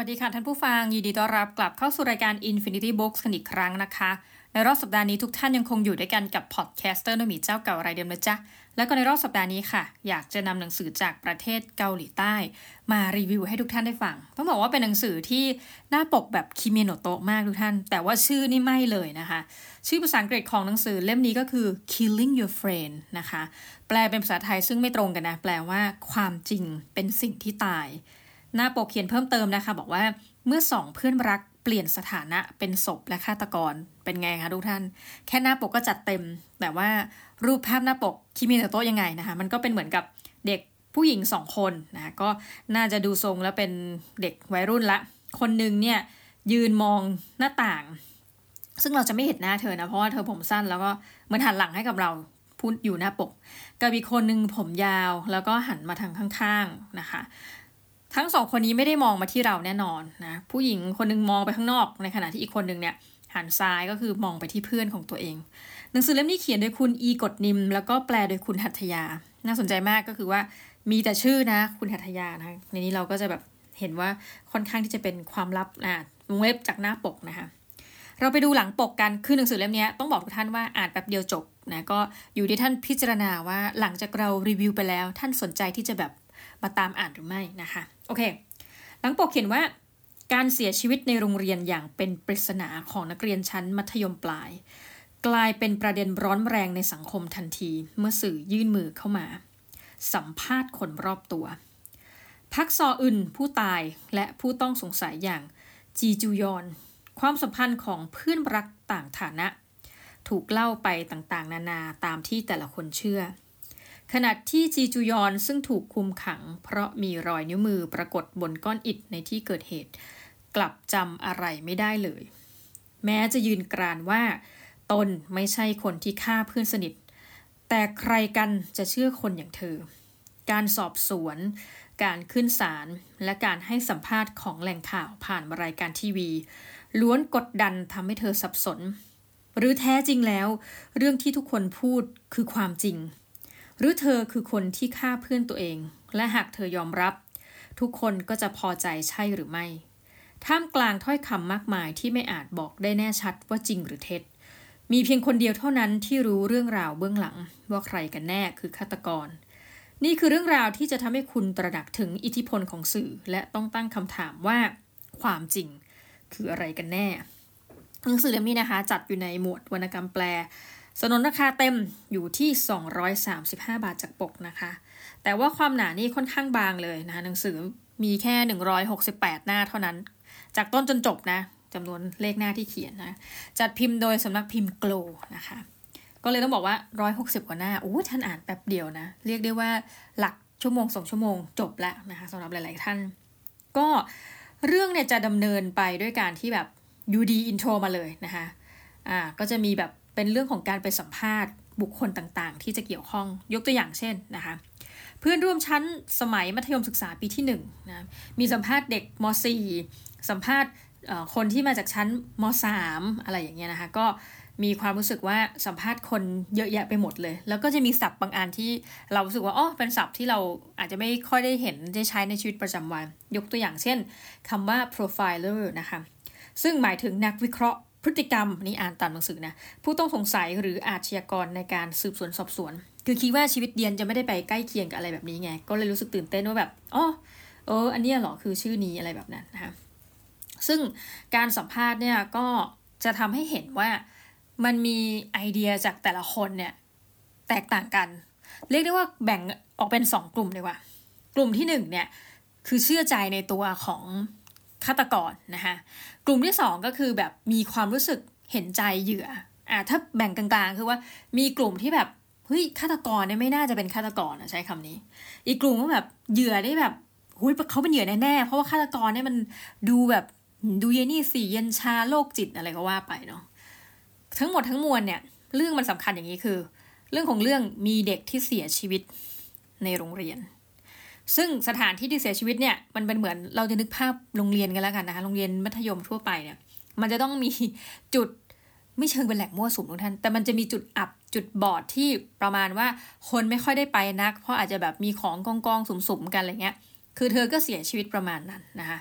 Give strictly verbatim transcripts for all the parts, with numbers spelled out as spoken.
วัสดีค่ะท่านผู้ฟังยินดีต้อนรับกลับเข้าสู่รายการ Infinity Books กันอีกครั้งนะคะในรอบสัปดาห์นี้ทุกท่านยังคงอยู่ด้วยกันกับพอดแคสเตอร์โนมิเจ้าเก่ารายเดิมนะจ๊ะแล้วก็ในรอบสัปดาห์นี้ค่ะอยากจะนำหนังสือจากประเทศเกาหลีใต้มารีวิวให้ทุกท่านได้ฟังต้องบอกว่าเป็นหนังสือที่หน้าปกแบบคิเมโนโตะมากทุกท่านแต่ว่าชื่อนี่ไม่เลยนะคะชื่อภาษาอังกฤษของหนังสือเล่มนี้ก็คือ Killing Your Friend นะคะแปลเป็นภาษาไทยซึ่งไม่ตรงกันนะแปลว่าความจริงเป็นสิ่งที่ตายหน้าปกเขียนเพิ่มเติมนะคะบอกว่าเมื่อสองเพื่อนรักเปลี่ยนสถานะเป็นศพและฆาตกรเป็นไงคะทุกท่านแค่หน้าปกก็จัดเต็มแต่ว่ารูปภาพหน้าปกคิมิโนโตะยังไงนะคะมันก็เป็นเหมือนกับเด็กผู้หญิงสองคนนะก็น่าจะดูทรงแล้วเป็นเด็กวัยรุ่นละคนนึงเนี่ยยืนมองหน้าต่างซึ่งเราจะไม่เห็นหน้าเธอนะเพราะว่าเธอผมสั้นแล้วก็เหมือนหันหลังให้กับเราพูดอยู่หน้าปกกับอีกคนนึงผมยาวแล้วก็หันมาทางข้างๆนะคะทั้งสองคนนี้ไม่ได้มองมาที่เราแน่นอนนะผู้หญิงคนนึงมองไปข้างนอกในขณะที่อีกคนนึงเนี่ยหันซ้ายก็คือมองไปที่เพื่อนของตัวเองหนังสือเล่มนี้เขียนโดยคุณอีกฎนิมแล้วก็แปลโดยคุณหัตถยาน่าสนใจมากก็คือว่ามีแต่ชื่อนะคุณหัตถยานะในนี้เราก็จะแบบเห็นว่าค่อนข้างที่จะเป็นความลับนะวงเล็บจากหน้าปกนะคะเราไปดูหลังปกกันคือหนังสือเล่มนี้ต้องบอกทุกท่านว่าอ่านแป๊บเดียวจบนะก็อยู่ที่ท่านพิจารณาว่าหลังจากเรารีวิวไปแล้วท่านสนใจที่จะแบบมาตามอ่านหรือไม่นะคะโอเคหลังปกเขียนว่าการเสียชีวิตในโรงเรียนอย่างเป็นปริศนาของนักเรียนชั้นมัธยมปลายกลายเป็นประเด็นร้อนแรงในสังคมทันทีเมื่อสื่อยื่นมือเข้ามาสัมภาษณ์คนรอบตัวพักซออึนผู้ตายและผู้ต้องสงสัยอย่างจีจูยอนความสัมพันธ์ของเพื่อนรักต่างฐานะถูกเล่าไปต่างๆนานาตามที่แต่ละคนเชื่อขณะที่จีจูยอนซึ่งถูกคุมขังเพราะมีรอยนิ้วมือปรากฏบนก้อนอิฐในที่เกิดเหตุกลับจำอะไรไม่ได้เลยแม้จะยืนกรานว่าตนไม่ใช่คนที่ฆ่าเพื่อนสนิทแต่ใครกันจะเชื่อคนอย่างเธอการสอบสวนการขึ้นศาลและการให้สัมภาษณ์ของแหล่งข่าวผ่านรายการทีวีล้วนกดดันทำให้เธอสับสนหรือแท้จริงแล้วเรื่องที่ทุกคนพูดคือความจริงหรือเธอคือคนที่ฆ่าเพื่อนตัวเองและหากเธอยอมรับทุกคนก็จะพอใจใช่หรือไม่ท่ามกลางถ้อยคำมากมายที่ไม่อาจบอกได้แน่ชัดว่าจริงหรือเท็จมีเพียงคนเดียวเท่านั้นที่รู้เรื่องราวเบื้องหลังว่าใครกันแน่คือฆาตกรนี่คือเรื่องราวที่จะทำให้คุณตระหนักถึงอิทธิพลของสื่อและต้องตั้งคำถามว่าความจริงคืออะไรกันแน่หนังสือเล่มนี้นะคะจัดอยู่ในหมวดวรรณกรรมแปลสนนราคาเต็มอยู่ที่สองร้อยสามสิบห้าบาทจากปกนะคะแต่ว่าความหนานี่ค่อนข้างบางเลยนะคะหนังสือมีแค่หนึ่งร้อยหกสิบแปดหน้าเท่านั้นจากต้นจนจบนะจำนวนเลขหน้าที่เขียนนะจัดพิมพ์โดยสำนักพิมพ์โกลนะคะก็เลยต้องบอกว่าหนึ่งร้อยหกสิบกว่าหน้าโอ้ท่านอ่านแป๊บเดียวนะเรียกได้ว่าหลักชั่วโมงสองชั่วโมงจบแล้วนะคะสำหรับหลายๆท่านก็เรื่องเนี่ยจะดำเนินไปด้วยการที่แบบยูดีอินโทรมาเลยนะคะอ่าก็จะมีแบบเป็นเรื่องของการไปสัมภาษณ์บุคคลต่างๆที่จะเกี่ยวข้องยกตัวอย่างเช่นนะคะเพื่อนร่วมชั้นสมัยมัธยมศึกษาปีที่หนึ่งนะมีสัมภาษณ์เด็กม.สี่ สัมภาษณ์คนที่มาจากชั้นม.สาม อะไรอย่างเงี้ยนะคะก็มีความรู้สึกว่าสัมภาษณ์คนเยอะแยะไปหมดเลยแล้วก็จะมีศัพท์บางอันที่เรารู้สึกว่าอ๋อเป็นศัพท์ที่เราอาจจะไม่ค่อยได้เห็นได้ใช้ในชีวิตประจำวันยกตัวอย่างเช่นคำว่า profiler นะคะซึ่งหมายถึงนักวิเคราะห์พฤติกรรมนี่อ่านตามหนังสือนะผู้ต้องสงสัยหรืออาชญากรในการสืบสวนสอบสวนคือคิดว่าชีวิตเดียนจะไม่ได้ไปใกล้เคียงกับอะไรแบบนี้ไงก็เลยรู้สึกตื่นเต้นว่าแบบอ๋อเอออันนี้เหรอคือชื่อนี้อะไรแบบนั้นนะคะซึ่งการสัมภาษณ์เนี่ยก็จะทำให้เห็นว่ามันมีไอเดียจากแต่ละคนเนี่ยแตกต่างกันเรียกได้ว่าแบ่งออกเป็นสองกลุ่มดีกว่ากลุ่มที่หนึ่งเนี่ยคือเชื่อใจในตัวของฆาตกรนะคะกลุ่มที่สองก็คือแบบมีความรู้สึกเห็นใจเหยื่ออ่ะถ้าแบ่งกลางๆคือว่ามีกลุ่มที่แบบเฮ้ยฆาตกรเนี่ยไม่น่าจะเป็นฆาตกรนะใช้คำนี้อีกกลุ่มก็แบบเหยื่อได้แบบหุ้ยเขาเป็นเหยื่อแน่ๆเพราะว่าฆาตกรเนี่ยมันดูแบบดูเยนี่สี่เย็นชาโรคจิตอะไรก็ว่าไปเนาะทั้งหมดทั้งมวลเนี่ยเรื่องมันสำคัญอย่างนี้คือเรื่องของเรื่องมีเด็กที่เสียชีวิตในโรงเรียนซึ่งสถานที่ที่เสียชีวิตเนี่ยมันเป็นเหมือนเราจะนึกภาพโรงเรียนกันแล้วกันนะคะโรงเรียนมัธยมทั่วไปเนี่ยมันจะต้องมีจุดไม่เชิงเป็นแหล่งมั่วสุมทุกท่านแต่มันจะมีจุดอับจุดบอดที่ประมาณว่าคนไม่ค่อยได้ไปนักเพราะอาจจะแบบมีของกองกองสุ่มๆกันอะไรเงี้ยคือเธอก็เสียชีวิตประมาณนั้นนะคะ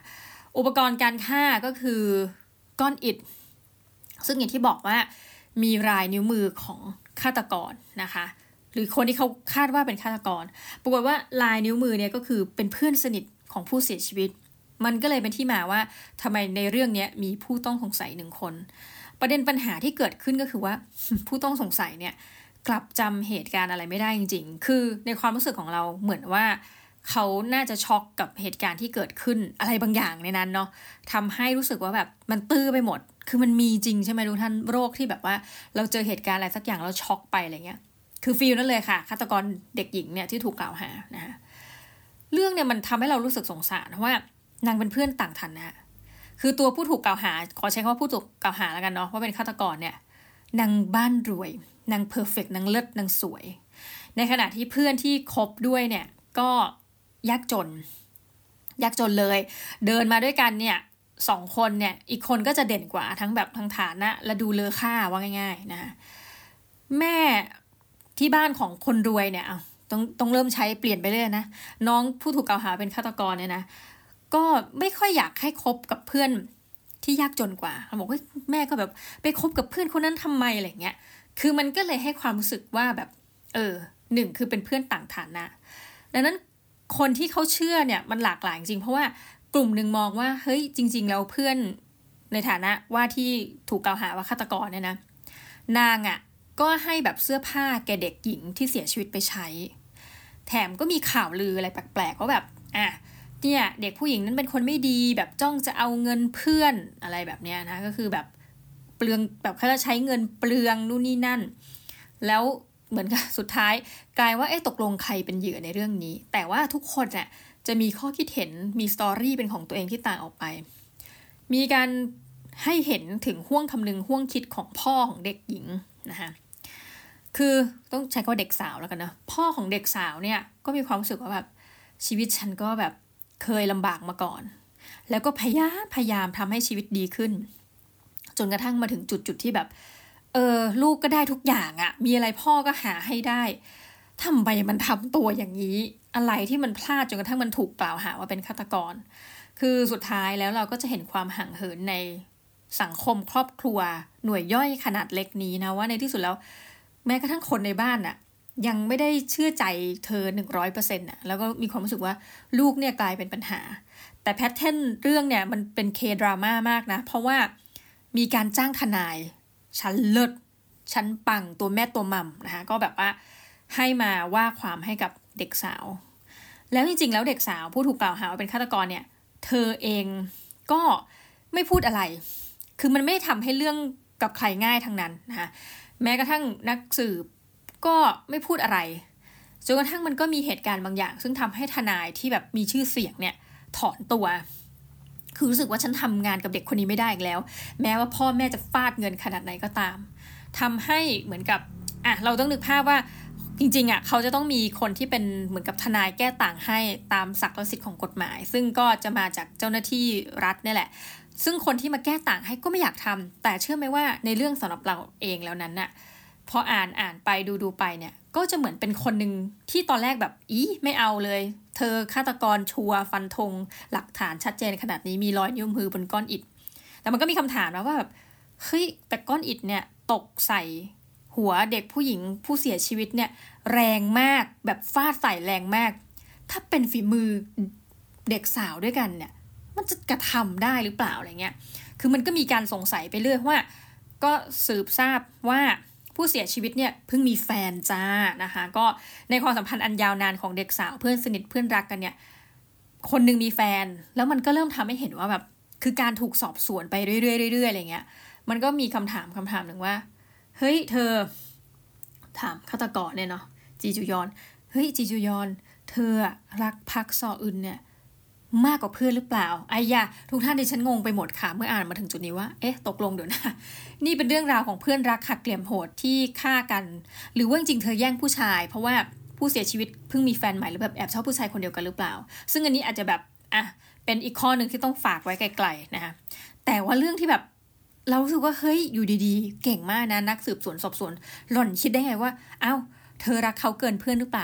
อุปกรณ์การฆ่าก็คือก้อนอิฐซึ่งอย่างที่บอกว่ามีลายนิ้วมือของฆาตกรนะคะหรือคนที่เขาคาดว่าเป็นฆาตกรปรากฏว่าลายนิ้วมือเนี่ยก็คือเป็นเพื่อนสนิทของผู้เสียชีวิตมันก็เลยเป็นที่มาว่าทำไมในเรื่องนี้มีผู้ต้องสงสัยหนึ่งคนประเด็นปัญหาที่เกิดขึ้นก็คือว่า ผู้ต้องสงสัยเนี่ยกลับจำเหตุการณ์อะไรไม่ได้จริงๆคือในความรู้สึกของเราเหมือนว่าเขาน่าจะช็อกกับเหตุการณ์ที่เกิดขึ้นอะไรบางอย่างในนั้นเนาะทำให้รู้สึกว่าแบบมันตื้อไปหมดคือมันมีจริงใช่ไหมทุกท่านโรคที่แบบว่าเราเจอเหตุการณ์อะไรสักอย่างเราช็อกไปอะไรเงี้ยคือฟีลนั่นเลยค่ะฆาตกรเด็กหญิงเนี่ยที่ถูกกล่าวหานะคะเรื่องเนี่ยมันทำให้เรารู้สึกสงสารเพราะว่านางเป็นเพื่อนต่างฐานะคือตัวผู้ถูกกล่าวหาขอใช้คำว่าผู้ถูกกล่าวหาแล้วกันเนาะว่าเป็นฆาตกรเนี่ยนางบ้านรวยนางเพอร์เฟกต์นางเลิศนางสวยในขณะที่เพื่อนที่คบด้วยเนี่ยก็ยากจนยากจนเลยเดินมาด้วยกันเนี่ยสองคนเนี่ยอีกคนก็จะเด่นกว่าทั้งแบบทางฐานะและดูเลอค่าว่าง่ายๆนะคะแม่ที่บ้านของคนรวยเนี่ยต้องต้องเริ่มใช้เปลี่ยนไปเรื่อยนะน้องผู้ถูกกล่าวหาเป็นฆาตกรเนี่ยนะก็ไม่ค่อยอยากให้คบกับเพื่อนที่ยากจนกว่าเขาบอกว่าแม่ก็แบบไปคบกับเพื่อนคนนั้นทำไมอะไรเงี้ยคือมันก็เลยให้ความรู้สึกว่าแบบเออหนึ่งคือเป็นเพื่อนต่างฐานะดังนั้นคนที่เขาเชื่อเนี่ยมันหลากหลายจริงเพราะว่ากลุ่มหนึ่งมองว่าเฮ้ยจริงๆแล้วเพื่อนในฐานะว่าที่ถูกกล่าวหาว่าฆาตกรเนี่ยนะนางอ่ะก็ให้แบบเสื้อผ้าแก่เด็กหญิงที่เสียชีวิตไปใช้แถมก็มีข่าวลืออะไรแปลกๆว่าแบบอ่ะเนี่ยเด็กผู้หญิงนั้นเป็นคนไม่ดีแบบจ้องจะเอาเงินเพื่อนอะไรแบบเนี้ยนะก็คือแบบเปลืองแบบเขาจะใช้เงินเปลืองนู่นนี่นั่นแล้วเหมือนกับสุดท้ายกลายว่าเอ๊ะตกลงใครเป็นเหยื่อในเรื่องนี้แต่ว่าทุกคนน่ะจะมีข้อคิดเห็นมีสตอรี่เป็นของตัวเองที่ต่างออกไปมีการให้เห็นถึงห้วงคำนึงห้วงคิดของพ่อของเด็กหญิงนะคะคือต้องใช้คำว่าเด็กสาวแล้วกันนะพ่อของเด็กสาวเนี่ยก็มีความรู้สึกว่าแบบชีวิตฉันก็แบบเคยลำบากมาก่อนแล้วก็พยายามพยายามทำให้ชีวิตดีขึ้นจนกระทั่งมาถึงจุดจุดที่แบบเออลูกก็ได้ทุกอย่างอะมีอะไรพ่อก็หาให้ได้ทำไมมันทำตัวอย่างนี้อะไรที่มันพลาดจนกระทั่งมันถูกกล่าวหาว่าเป็นฆาตกรคือสุดท้ายแล้วเราก็จะเห็นความห่างเหินในสังคมครอบครัวหน่วยย่อยขนาดเล็กนี้นะว่าในที่สุดแล้วแม้กระทั่งคนในบ้านน่ะยังไม่ได้เชื่อใจเธอ หนึ่งร้อยเปอร์เซ็นต์ น่ะแล้วก็มีความรู้สึกว่าลูกเนี่ยกลายเป็นปัญหาแต่แพทเทิร์นเรื่องเนี่ยมันเป็นเคดราม่ามากนะเพราะว่ามีการจ้างทนายชั้นเลิศชั้นปังตัวแม่ตัวมัมนะคะก็แบบว่าให้มาว่าความให้กับเด็กสาวแล้วจริงๆแล้วเด็กสาวผู้ถูกกล่าวหาว่าเป็นฆาตกรเนี่ยเธอเองก็ไม่พูดอะไรคือมันไม่ทำให้เรื่องกับใครง่ายทั้งนั้นนะคะแม้กระทั่งนักสืบก็ไม่พูดอะไรจนกระทั่งมันก็มีเหตุการณ์บางอย่างซึ่งทำให้ทนายที่แบบมีชื่อเสียงเนี่ยถอนตัวคือรู้สึกว่าฉันทำงานกับเด็กคนนี้ไม่ได้อีกแล้วแม้ว่าพ่อแม่จะฟาดเงินขนาดไหนก็ตามทำให้เหมือนกับอ่ะเราต้องนึกภาพว่าจริงๆอ่ะเขาจะต้องมีคนที่เป็นเหมือนกับทนายแก้ต่างให้ตามศักดิ์และสิทธิ์ของกฎหมายซึ่งก็จะมาจากเจ้าหน้าที่รัฐนี่แหละซึ่งคนที่มาแก้ต่างให้ก็ไม่อยากทำแต่เชื่อไหมว่าในเรื่องสำหรับเราเองแล้วนั้นน่ะพออ่านอ่านไปดูดูไปเนี่ยก็จะเหมือนเป็นคนหนึ่งที่ตอนแรกแบบอีไม่เอาเลยเธอฆาตกรชัวร์ฟันธงหลักฐานชัดเจนขนาดนี้มีรอยนิ้วมือบนก้อนอิฐแต่มันก็มีคำถามนะว่าแบบเฮ้ยแต่ก้อนอิฐเนี่ยตกใส่หัวเด็กผู้หญิงผู้เสียชีวิตเนี่ยแรงมากแบบฟาดใส่แรงมากถ้าเป็นฝีมือเด็กสาวด้วยกันเนี่ยมันจะกระทำได้หรือเปล่าอะไรเงี้ยคือมันก็มีการสงสัยไปเรื่อยว่าก็สืบทราบว่าผู้เสียชีวิตเนี่ยเพิ่งมีแฟนจ้านะคะก็ในความสัมพันธ์อันยาวนานของเด็กสาวเพื่อนสนิทเพื่อนรักกันเนี่ยคนนึงมีแฟนแล้วมันก็เริ่มทำให้เห็นว่าแบบคือการถูกสอบสวนไปเรื่อยๆเรื่อยๆอะไรเงี้ยมันก็มีคำถามคำถามหนึ่งว่าเฮ้ยเธอถามฆาตกรเนี่ยเนาะจีจูยอนเฮ้ยจีจูยอนเธอรักพักซออึนเนี่ยมากกว่าเพื่อนหรือเปล่าไอ้ยาทุกท่านดิฉันงงไปหมดค่ะเมื่ออ่านมาถึงจุดนี้ว่าเอ๊ะตกลงเดี๋ยวนะนี่เป็นเรื่องราวของเพื่อนรักหักเหลี่ยมโหดที่ฆ่ากันหรือว่าจริงๆเธอแย่งผู้ชายเพราะว่าผู้เสียชีวิตเพิ่งมีแฟนใหม่หรือแบบแอบชอบผู้ชายคนเดียวกันหรือเปล่าซึ่งอันนี้อาจจะแบบอ่ะเป็นอีกข้อหนึ่งที่ต้องฝากไว้ไกลๆนะคะแต่ว่าเรื่องที่แบบเรารู้สึกว่าเฮ้ยอยู่ดีๆเก่งมากนะนักสืบสวนสอบสวนหล่อนคิดได้ไงว่าเอ้าเธอรักเขาเกินเพื่อนหรือเปล่าพ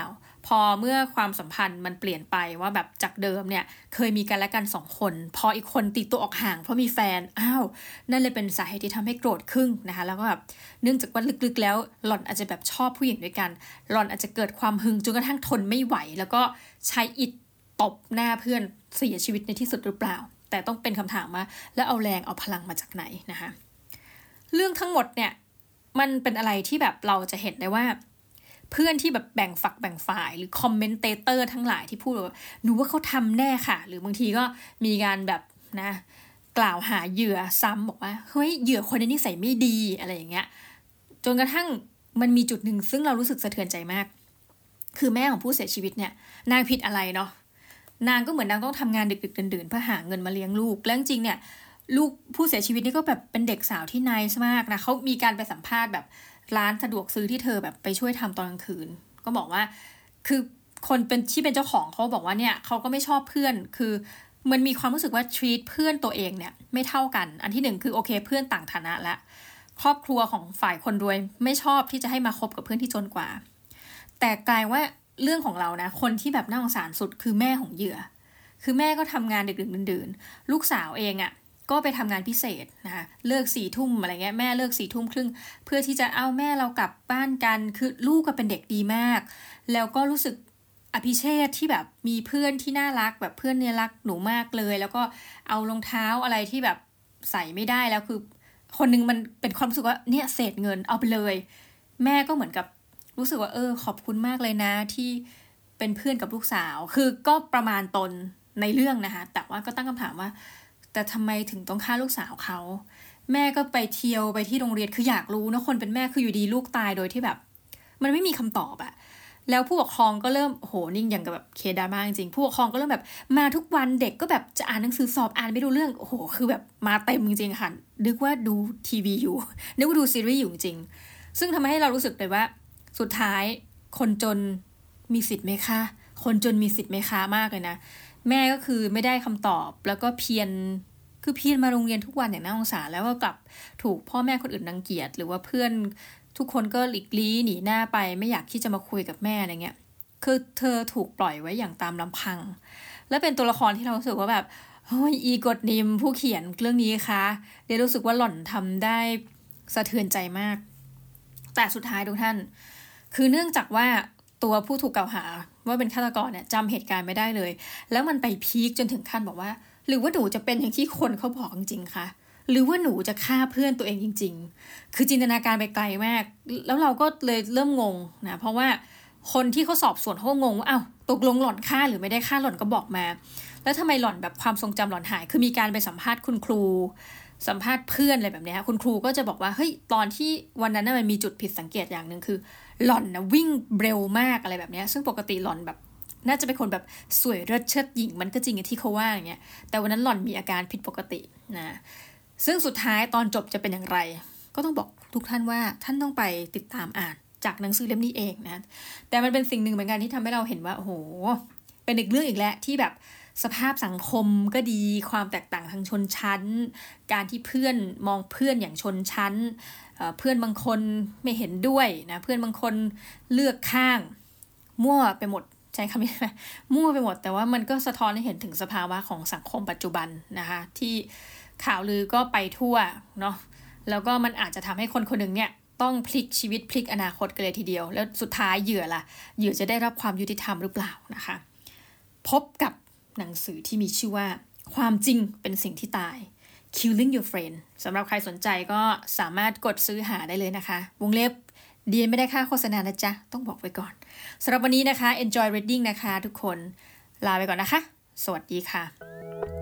พอเมื่อความสัมพันธ์มันเปลี่ยนไปว่าแบบจากเดิมเนี่ยเคยมีกันและกันสองคนพออีกคนตีตัวออกห่างเพราะมีแฟนอ้าวนั่นเลยเป็นสาเหตุที่ทำให้โกรธขึ้นนะคะแล้วก็แบบเนื่องจากว่าลึกๆแล้วหล่อนอาจจะแบบชอบผู้หญิงด้วยกันหล่อนอาจจะเกิดความหึงจนกระทั่งทนไม่ไหวแล้วก็ใช้อิฐตบหน้าเพื่อนเสียชีวิตในที่สุดหรือเปล่าแต่ต้องเป็นคำถามว่าแล้วเอาแรงเอาพลังมาจากไหนนะคะเรื่องทั้งหมดเนี่ยมันเป็นอะไรที่แบบเราจะเห็นได้ว่าเพื่อนที่แบบแบ่งฝักแบ่งฝ่ายหรือคอมเมนเตเตอร์ทั้งหลายที่พูดว่าหนูว่าเขาทำแน่ค่ะหรือบางทีก็มีการแบบนะกล่าวหาเหยื่อซ้ำบอกว่าเฮ้ยเหยื่อคนนี้นิสัยไม่ดีอะไรอย่างเงี้ยจนกระทั่งมันมีจุดหนึ่งซึ่งเรารู้สึกสะเทือนใจมากคือแม่ของผู้เสียชีวิตเนี่ยนางผิดอะไรเนาะนางก็เหมือนนางต้องทำงานดึกๆดื่นๆเพื่อหาเงินมาเลี้ยงลูกแล้วจริงๆเนี่ยลูกผู้เสียชีวิตนี่ก็แบบเป็นเด็กสาวที่ไนซ์มากนะเขามีการไปสัมภาษณ์แบบร้านสะดวกซื้อที่เธอแบบไปช่วยทำตอนกลางคืนก็บอกว่าคือคนเป็นที่เป็นเจ้าของเขาบอกว่าเนี่ยเขาก็ไม่ชอบเพื่อนคือมันมีความรู้สึกว่า treat เพื่อนตัวเองเนี่ยไม่เท่ากันอันที่หนึ่งคือโอเคเพื่อนต่างฐานะและครอบครัวของฝ่ายคนรวยไม่ชอบที่จะให้มาคบกับเพื่อนที่จนกว่าแต่กลายว่าเรื่องของเรานะคนที่แบบน่าสงสารสุดคือแม่ของเหยื่อคือแม่ก็ทำงานดึกๆดื่นๆลูกสาวเองอะ่ะก็ไปทำงานพิเศษนะคะเลิกสี่ทุ่มอะไรเงี้ยแม่เลิกสี่ทุ่มครึ่งเพื่อที่จะเอาแม่เรากลับบ้านกันคือลูกก็เป็นเด็กดีมากแล้วก็รู้สึกอภิเชษที่แบบมีเพื่อนที่น่ารักแบบเพื่อนเนี่ยรักหนูมากเลยแล้วก็เอารองเท้าอะไรที่แบบใส่ไม่ได้แล้วคือคนนึงมันเป็นความรู้สึกว่าเนี่ยเศษเงินเอาไปเลยแม่ก็เหมือนกับรู้สึกว่าเออขอบคุณมากเลยนะที่เป็นเพื่อนกับลูกสาวคือก็ประมาณตนในเรื่องนะคะแต่ว่าก็ตั้งคำถามว่าแต่ทำไมถึงต้องฆ่าลูกสาวเขาแม่ก็ไปเที่ยวไปที่โรงเรียนคืออยากรู้นะคนเป็นแม่คืออยู่ดีลูกตายโดยที่แบบมันไม่มีคำตอบอะแล้วผู้ปกครองก็เริ่มโหนิ่งอย่างกับแบบเคดราม่าจริงๆผู้ปกครองก็เริ่มแบบมาทุกวันเด็กก็แบบจะอ่านหนังสือสอบอ่านไม่รู้เรื่องโอ้โหคือแบบมาเต็มจริงๆค่ะนึกว่าดูทีวีอยู่นึกว่าดูซีรีส์อยู่จริงซึ่งทำให้เรารู้สึกเลยว่าสุดท้ายคนจนมีสิทธิ์ไหมคะคนจนมีสิทธิ์ไหมคะมากเลยนะแม่ก็คือไม่ได้คำตอบแล้วก็เพียรคือเพียรมาโรงเรียนทุกวันอย่างน่าสงสารแล้วก็กลับถูกพ่อแม่คนอื่นรังเกียจหรือว่าเพื่อนทุกคนก็หลีกลี่หนีหน้าไปไม่อยากที่จะมาคุยกับแม่อะไรเงี้ยคือเธอถูกปล่อยไว้อย่างตามลำพังและเป็นตัวละครที่เรารู้สึกว่าแบบเฮ้ยอีกดนิมผู้เขียนเรื่องนี้คะเดี๋ยวรู้สึกว่าหล่อนทำได้สะเทือนใจมากแต่สุดท้ายทุกท่านคือเนื่องจากว่าตัวผู้ถูกกล่าวหาว่าเป็นฆาตกรเนี่ยจำเหตุการณ์ไม่ได้เลยแล้วมันไปพีคจนถึงขั้นบอกว่าหรือว่าหนูจะเป็นอย่างที่คนเขาบอกจริงๆคะหรือว่าหนูจะฆ่าเพื่อนตัวเองจริงๆคือจินตนาการไปไกลมากแล้วเราก็เลยเริ่มงงนะเพราะว่าคนที่เขาสอบสวนเขางงว่าอ้าวตกลงหล่อนฆ่าหรือไม่ได้ฆ่าหล่อนก็บอกมาแล้วทำไมหล่อนแบบความทรงจำหล่อนหายคือมีการไปสัมภาษณ์คุณครูสัมภาษณ์เพื่อนอะไรแบบนี้คุณครูก็จะบอกว่าเฮ้ยตอนที่วันนั้นมันมีจุดผิดสังเกตอย่างนึงคือหล่อนนะวิ่งเร็วมากอะไรแบบนี้ซึ่งปกติหล่อนแบบน่าจะเป็นคนแบบสวยเลิศเชิดหญิงมันก็จริงอย่างที่เขาว่าอย่างเงี้ยแต่วันนั้นหล่อนมีอาการผิดปกตินะซึ่งสุดท้ายตอนจบจะเป็นอย่างไรก็ต้องบอกทุกท่านว่าท่านต้องไปติดตามอ่านจากหนังสือเล่มนี้เองนะแต่มันเป็นสิ่งหนึ่งเหมือนกันที่ทำให้เราเห็นว่าโอ้โหเป็นอีกเรื่องอีกแล้วที่แบบสภาพสังคมก็ดีความแตกต่างทางชนชั้นการที่เพื่อนมองเพื่อนอย่างชนชั้น เอ่อ เพื่อนบางคนไม่เห็นด้วยนะเพื่อนบางคนเลือกข้างมั่วไปหมดใช้คำนี้ไหมมั่วไปหมดแต่ว่ามันก็สะท้อนให้เห็นถึงสภาวะของสังคมปัจจุบันนะคะที่ข่าวลือก็ไปทั่วเนาะแล้วก็มันอาจจะทำให้คนคนหนึ่งเนี่ยต้องพลิกชีวิตพลิกอนาคตกันเลยทีเดียวแล้วสุดท้ายเหยื่อล่ะเหยื่อจะได้รับความยุติธรรมหรือเปล่านะคะพบกับหนังสือที่มีชื่อว่าความจริงเป็นสิ่งที่ตาย Killing Your Friend สำหรับใครสนใจก็สามารถกดซื้อหาได้เลยนะคะวงเล็บเดียนไม่ได้ค่าโฆษณานะจ๊ะต้องบอกไว้ก่อนสำหรับวันนี้นะคะ enjoy reading นะคะทุกคนลาไปก่อนนะคะสวัสดีค่ะ